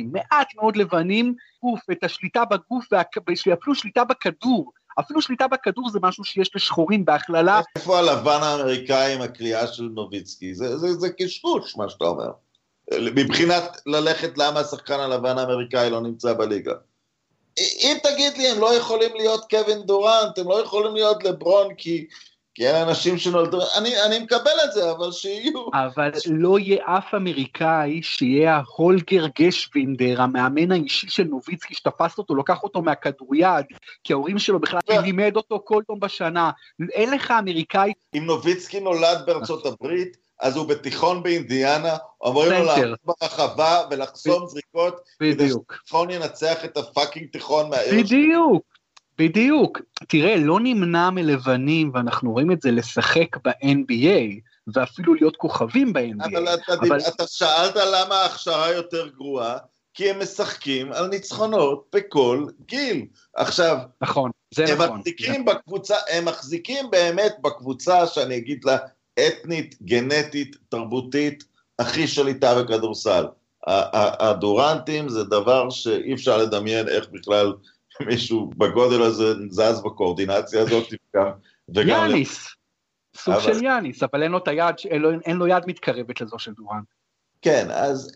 לבנים, את השליטה בגוף, ואפילו שליטה בכדור, אפילו שליטה בכדור זה משהו שיש לשחורים בהכללה. איפה הלבן האמריקאי עם הקריאה של נוביצקי? זה קשקוש, מה שאתה אומר. מבחינת ללכת למה השחקן הלבן האמריקאי לא נמצא בליגה. אם תגיד לי, הם לא יכולים להיות קווין דורנט, הם לא יכולים להיות לברון, כי אין אנשים שנולדו, אני מקבל את זה, אבל שיהיו. אבל לא יהיה אף אמריקאי שיהיה ההולגר גשווינדר, המאמן האישי של נוביצקי, שתפס אותו, לוקח אותו מהכדוריד, כי ההורים שלו בכלל לימד אותו כל יום בשנה. אין לך אמריקאי. אם נוביצקי נולד בארצות הברית, אז הוא בתיכון באינדיאנה, אומרים לו לעמוד ברחבה ולחסום זריקות, כדי שתיכון ינצח את הפאקינג תיכון מהעיר. בדיוק. תראה, לא נמנע מלבנים, ואנחנו רואים את זה לשחק ב-NBA, ואפילו להיות כוכבים ב-NBA. אבל אתה שאלת למה ההכשרה יותר גרועה, כי הם משחקים על ניצחונות בכל גיל. עכשיו, נכון, זה נכון. הם מחזיקים באמת בקבוצה, שאני אגיד לה, אתנית, גנטית, תרבותית, הכי שליטה בכדורסל. הדורנטים זה דבר שאי אפשר לדמיין איך בכלל מישהו בגודל הזה זז בקואורדינציה הזאת. יאניס, סוג של יאניס, אבל אין לו יד מתקרבת לזו של דורנט. כן,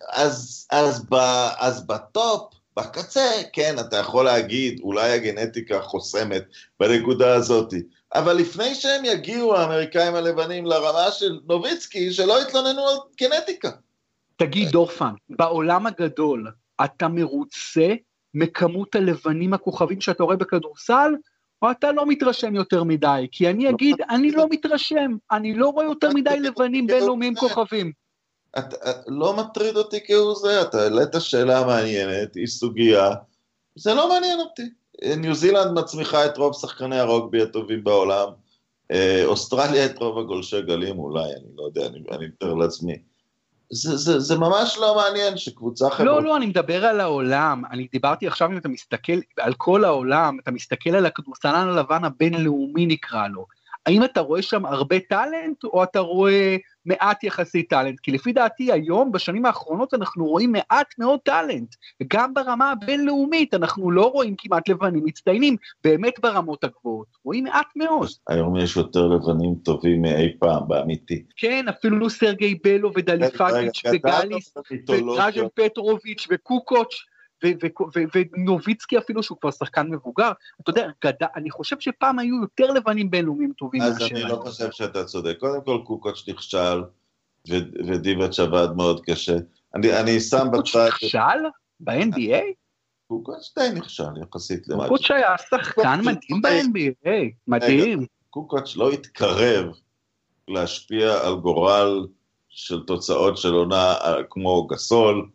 אז בטופ, בקצה, כן, אתה יכול להגיד, אולי הגנטיקה חוסמת בנקודה הזאת, אבל לפני שהם יגיעו האמריקאים הלבנים לרמה של נוביצקי, שלא יתלוננו על גנטיקה. תגיד דורפן, בעולם הגדול, אתה מרוצה מכמות הלבנים הכוכבים שאתה רואה בכדורסל, או אתה לא מתרשם יותר מדי? כי אני אגיד, אני לא מתרשם, אני לא רואה יותר מדי לבנים בינלאומיים כוכבים. לא מטריד אותי כאילו זה, אתה העלית שאלה מעניינת, היא סוגיה, זה לא מעניין אותי. ניו זילנד מצמיחה את רוב שחקני הרוגבי הטובים בעולם, אוסטרליה את רוב הגולשי גלים אולי, אני לא יודע, אני מתאר לעצמי. זה ממש לא מעניין שקבוצה חברות. לא, אני מדבר על העולם, אני דיברתי עכשיו אם אתה מסתכל על כל העולם, אתה מסתכל על הכדורסלן הלבן הבינלאומי נקרא לו, האם אתה רואה שם הרבה טלנט, או אתה רואה מעט יחסי טלנט? כי לפי דעתי היום, בשנים האחרונות, אנחנו רואים מעט מאוד טלנט, וגם ברמה הבינלאומית, אנחנו לא רואים כמעט לבנים מצטיינים, באמת ברמות הגבוהות, רואים מעט מאוד. היום יש יותר לבנים טובים מאי פעם, באמיתי. כן, אפילו סרגי בלו ודליפטיץ' וגליס, ודרג'ן פטרוביץ' וקוקוץ', ונוביצקי אפילו שהוא כבר שחקן מבוגר, אתה יודע, אני חושב שפעם היו יותר לבנים בינלאומיים טובים. אז אני לא חושב שאתה צודק, קודם כל קוקוץ' נכשל, ודיבץ' עבד מאוד קשה, אני שם בצד... קוקוץ' נכשל? ב-NBA? קוקוץ' די נכשל יחסית למה. קוקוץ' היה שחקן מדהים ב-NBA, מדהים. קוקוץ' לא התקרב להשפיע על גורל של תוצאות של עונה כמו גסול,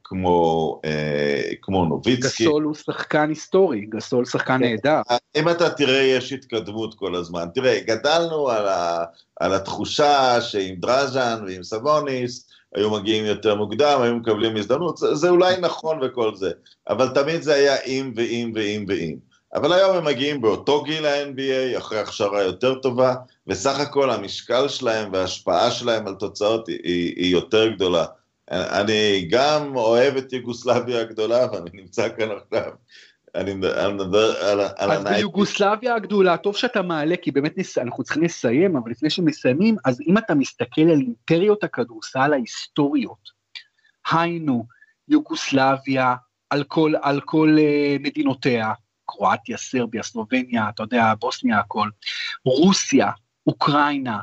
כמו נוביצקי. גסול הוא שחקן היסטורי, גסול שחקן נהדר. אם אתה תראה, יש התקדמות כל הזמן. תראה, גדלנו על התחושה שעם דרז'ן ועם סבוניס, היו מגיעים יותר מוקדם, היו מקבלים הזדמנות, זה אולי נכון וכל זה, אבל תמיד זה היה אם ואם ואם ואם. אבל היום הם מגיעים באותו גיל ה-NBA, אחרי הכשרה יותר טובה, וסך הכל המשקל שלהם וההשפעה שלהם על תוצאות היא יותר גדולה. אני גם אוהב את יוגוסלביה הגדולה, ואני נמצא כאן עכשיו. אני מדבר על אז ביוגוסלביה הגדולה, טוב שאתה מעלה, כי באמת אנחנו צריכים לסיים, אבל לפני שמסיימים, אז אם אתה מסתכל על אימפריות הכדורסל ההיסטוריות, היינו, יוגוסלביה, על כל מדינותיה, קרואטיה, סרביה, סלובניה, אתה יודע, בוסניה, הכל, רוסיה, אוקראינה,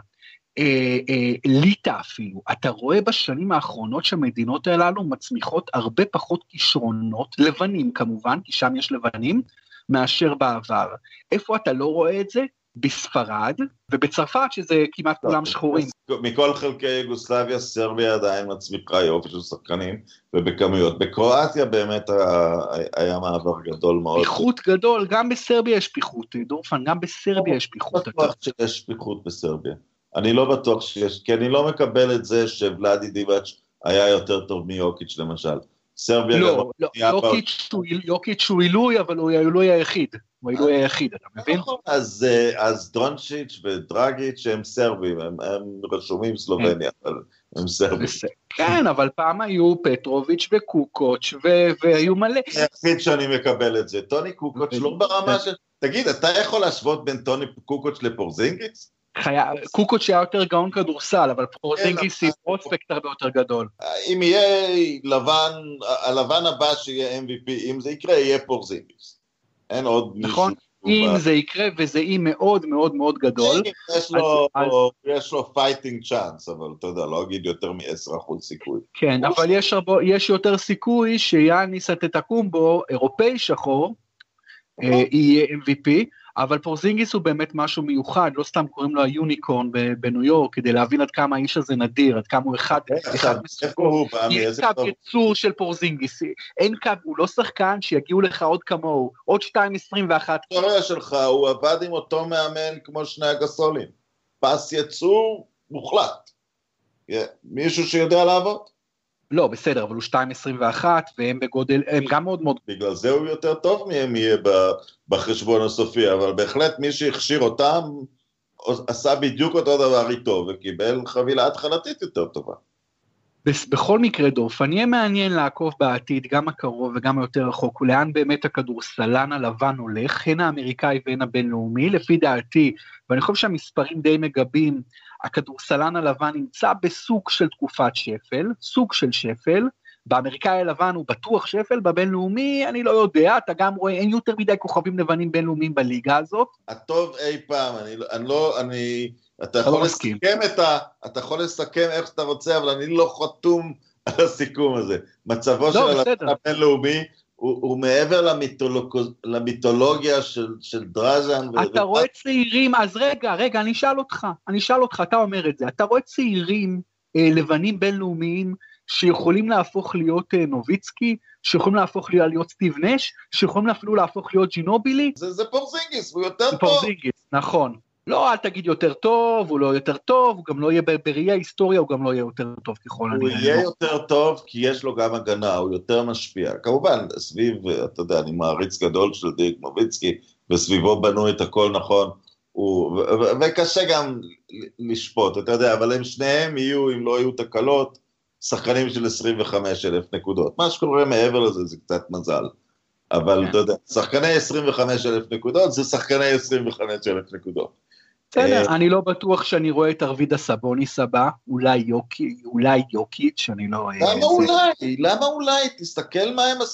ליטא אפילו, אתה רואה בשנים האחרונות שהמדינות הללו מצמיחות הרבה פחות כישרונות, לבנים כמובן, כי שם יש לבנים, מאשר בעבר. איפה אתה לא רואה את זה? בספרד ובצרפת, שזה כמעט כולם שחורים. מכל חלקי יוגוסלביה, סרביה עדיין מצמיחה יופי של שחקנים, ובכמויות. בקרואטיה באמת היה מעבר גדול מאוד. פיחות גדול, גם בסרביה יש פיחות, דורפן, גם בסרביה יש פיחות. אני לא בטוח שיש פיחות בסרביה. אני לא בטוח שיש, כי אני לא מקבל את זה שוולאדי דיבאץ' היה יותר טוב מיוקיץ' למשל. סרביה לא, יוקיץ' הוא עילוי, אבל הוא העילוי היחיד. הוא העילוי היחיד, אתה מבין? אז דרונצ'יץ' ודרגיץ' הם סרבים, הם רשומים סלובניה, אבל הם סרבים. כן, אבל פעם היו פטרוביץ' וקוקוץ' והיו מלא. היחיד שאני מקבל את זה, טוני קוקוץ' לא ברמה של... תגיד, אתה יכול להשוות בין טוני קוקוץ' לפורזינגיס? קוקוץ' היה יותר גאון כדורסל, אבל פורזינגיס היא פרוספקט הרבה יותר גדול. אם יהיה הלבן הבא שיהיה MVP, אם זה יקרה, יהיה פורזינגיס. אין עוד מישהו. נכון, אם זה יקרה, וזה אי מאוד מאוד מאוד גדול. יש לו פייטינג צ'אנס, אבל אתה יודע, לא אגיד יותר מ-10% סיכוי. כן, אבל יש יותר סיכוי שיאניס אנטטוקומפו, אירופאי שחור, יהיה MVP, אבל פורזינגיס הוא באמת משהו מיוחד, לא סתם קוראים לו היוניקורן בניו יורק, כדי להבין עד כמה האיש הזה נדיר, עד כמה הוא אחד מסוכו. יש קו יצור של פורזינגיס, אין קו, הוא לא שחקן שיגיעו לך עוד כמוהו, עוד 2.21. ההיסטוריה שלך, הוא עבד עם אותו מאמן כמו שני הגסולים, פס יצור מוחלט. מישהו שיודע לעבוד? לא, בסדר, אבל הוא 2.21, והם בגודל, הם גם מאוד מאוד... בגלל זה הוא יותר טוב מהם יהיה בחשבון הסופי, אבל בהחלט מי שהכשיר אותם, עשה בדיוק אותו דבר איתו, וקיבל חבילה התחלתית יותר טובה. בכל מקרה דורפן, יהיה מעניין לעקוב בעתיד, גם הקרוב וגם היותר רחוק, ולאן באמת הכדורסלן הלבן הולך, הן האמריקאי והן הבינלאומי, לפי דעתי, ואני חושב שהמספרים די מגבים, הכדורסלן הלבן נמצא בסוג של תקופת שפל, סוג של שפל, באמריקאי הלבן הוא בטוח שפל, בבינלאומי אני לא יודע, אתה גם רואה, אין יותר מדי כוכבים לבנים בינלאומיים בליגה הזאת. הטוב אי פעם, אתה יכול לסכם איך שאתה רוצה, אבל אני לא חתום על הסיכום הזה. מצבו של הלבן הבינלאומי, הוא מעבר למיתולוגיה של דרז'ן. אתה רואה צעירים, אז רגע, אני אשאל אותך, אתה אומר את זה, אתה רואה צעירים לבנים בינלאומיים, שיכולים להפוך להיות נוביצקי, שיכולים להפוך להיות סטיב נש, שיכולים אפילו להפוך להיות ג'ינובילי. זה פורזינגיס, הוא יותר טוב. פורזינגיס, נכון. לא, אל תגיד יותר טוב, הוא לא יותר טוב, הוא גם לא יהיה בראי ההיסטוריה, הוא גם לא יהיה יותר טוב ככל הנראה. הוא יהיה יותר טוב, כי יש לו גם הגנה, הוא יותר משפיע. כמובן, סביב, אתה יודע, אני מעריץ גדול של דירק נוביצקי, וסביבו בנו את הכל נכון, וקשה גם לשפוט, אתה יודע, אבל הם שניהם יהיו, אם לא יהיו תקלות, שחקנים של 25,000 נקודות. מה שקורה מעבר לזה זה קצת מזל. אבל אתה יודע, שחקני 25,000 נקודות זה שחקני 25,000 נקודות. אני לא בטוח שאני רואה את ארווידה סבוניס הבא, אולי יוקיץ', שאני לא... למה אולי? תסתכל מה הם...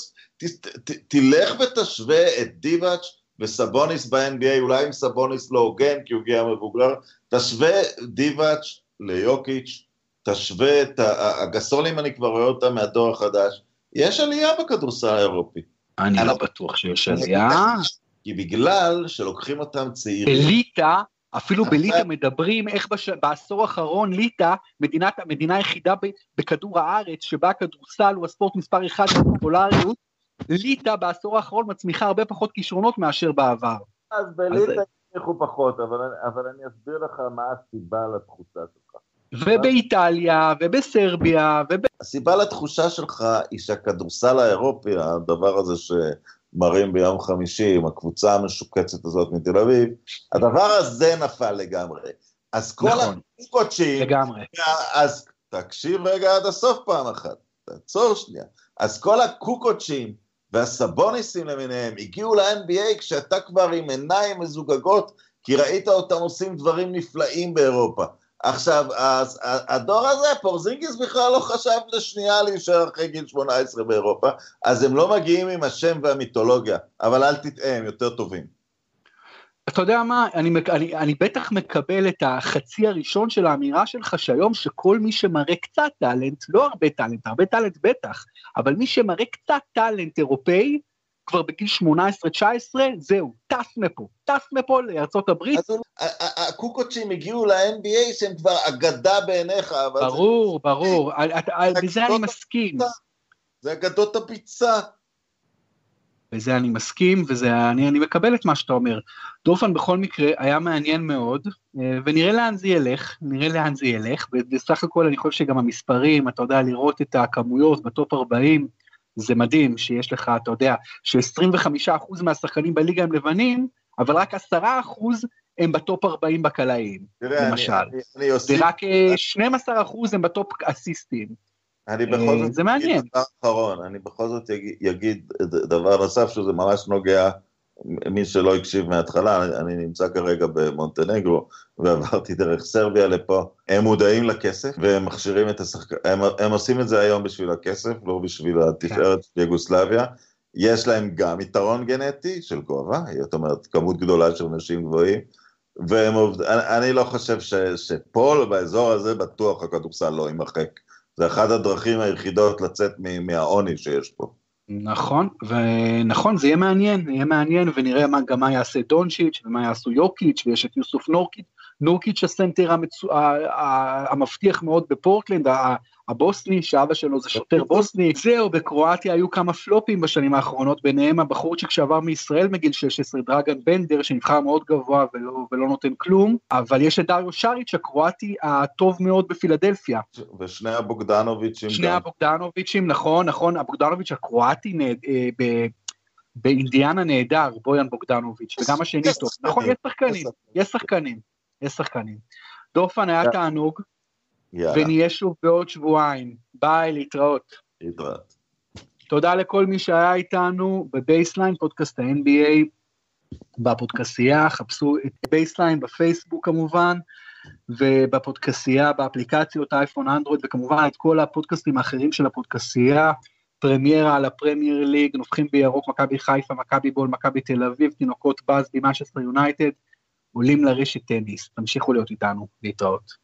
תלך ותשווה את דיבאץ' וסבוניס ב-NBA, אולי אם סבוניס לא הוגן כי הוא הגיע מבוגר, תשווה דיבאץ' ליוקיץ', תשווה את הגסולים, אני כבר רואה אותם מהדור החדש, יש עלייה בכדורסל האירופי. אני לא בטוח שיש עלייה. כי בגלל שלוקחים אותם צעירים. בליטה, אפילו בליטה מדברים איך בעשור האחרון ליטה, המדינה היחידה בכדור הארץ, שבה הכדורסל הוא הספורט מספר 1 בפופולריות, ליטה בעשור האחרון מצמיחה הרבה פחות כישרונות מאשר בעבר. אז בליטה יצמיחו פחות, אבל אני אסביר לך מה הסיבה לתחושה שלך. ובאיטליה, ובסרביה, הסיבה לתחושה שלך היא שהכדורסל האירופי, הדבר הזה שמראים ביום חמישי, עם הקבוצה המשוקצת הזאת מתל אביב, הדבר הזה נפל לגמרי. אז כל הקוקוצ'ים, אז תקשיב רגע עד הסוף פעם אחת, תעצור שנייה, אז כל הקוקוצ'ים והסבוניסים למיניהם הגיעו ל-NBA כשאתה כבר עם עיניים מזוגגות, כי ראית אותם עושים דברים נפלאים באירופה. עכשיו, הדור הזה, פורזינגיס בכלל לא חשב לשנייה להישאר אחרי גיל 18 באירופה, אז הם לא מגיעים עם השם והמיתולוגיה, אבל אל תטעה, הם יותר טובים. אתה יודע מה, אני בטח מקבל את החצי הראשון של האמירה שלך, שהיום שכל מי שמראה קצת טלנט, לא הרבה טלנט בטח, אבל מי שמראה קצת טלנט אירופאי, כבר בגיל 18-19, זהו, טס מפה לארצות הברית. הקוקוצ'ים הגיעו ל-NBA שהם כבר אגדה בעיניך. ברור, בזה אני מסכים. זה אגדות הביצה. בזה אני מסכים, אני מקבל את מה שאתה אומר. דורפן בכל מקרה היה מעניין מאוד, ונראה לאן זה ילך, ובסך הכל אני חושב שגם המספרים, אתה יודע, לראות את הכמויות בטופ 40, זה מדהים שיש לך, אתה יודע, ש25% מהשחקנים בליגה הם לבנים, אבל רק 10% הם בטופ 40 בקלעים, למשל. ורק 12% הם בטופ אסיסטים. זה מעניין. אני בכל זאת אגיד דבר נוסף, שזה ממש נוגע, מי שלא הקשיב מההתחלה, אני נמצא כרגע במונטנגרו, ועברתי דרך סרביה לפה, הם מודעים לכסף, והם מכשירים את השחקנים, הם עושים את זה היום בשביל הכסף, לא בשביל התפארת יוגוסלביה, יש להם גם יתרון גנטי של גובה, זאת אומרת, כמות גדולה של נשים גבוהים, ואני לא חושב שפול באזור הזה בטוח הכדורסל לא יימחק, זה אחת הדרכים היחידות לצאת מהעוני שיש פה. נכון, זה יהיה מעניין, ונראה גם מה יעשה דונצ'יץ' ומה יעשו יוקיץ', ויש את יוסוף נורקיץ' הסנטר המבטיח מאוד בפורטלנד, הבוסני, שאבא שלו זה שוטר בוסני, זהו, בקרואטיה היו כמה פלופים בשנים האחרונות, ביניהם הבחורצ'יק שעבר מישראל מגיל 16, דרגן בנדר, שנבחר מאוד גבוה ולא נותן כלום, אבל יש את דריו שריץ' הקרואטי הטוב מאוד בפילדלפיה. ושני הבוגדנוביצ'ים. נכון, הבוגדנוביץ' הקרואטי באינדיאנה נהדר, בויאן בוגדנוביץ', וגם השני טוב. נכון, יש שחקנים. דורפן היה תענוג, ונהיה שוב בעוד שבועיים. ביי, להתראות. תודה לכל מי שהיה איתנו בבייסליין, פודקאסט ה-NBA, בפודקאסייה, חפשו את בייסליין בפייסבוק כמובן, ובפודקאסייה, באפליקציות אייפון, אנדרואיד, וכמובן את כל הפודקאסטים האחרים של הפודקאסייה, פרמיירה על הפרמייר ליג, נופחים בירוק, מכבי חיפה, מכבי בול, מכבי תל אביב, תינוקות באז, במנצ'סטר יונייטד, עולים לרשת טניס, תמשיכו להיות איתנו, להתראות.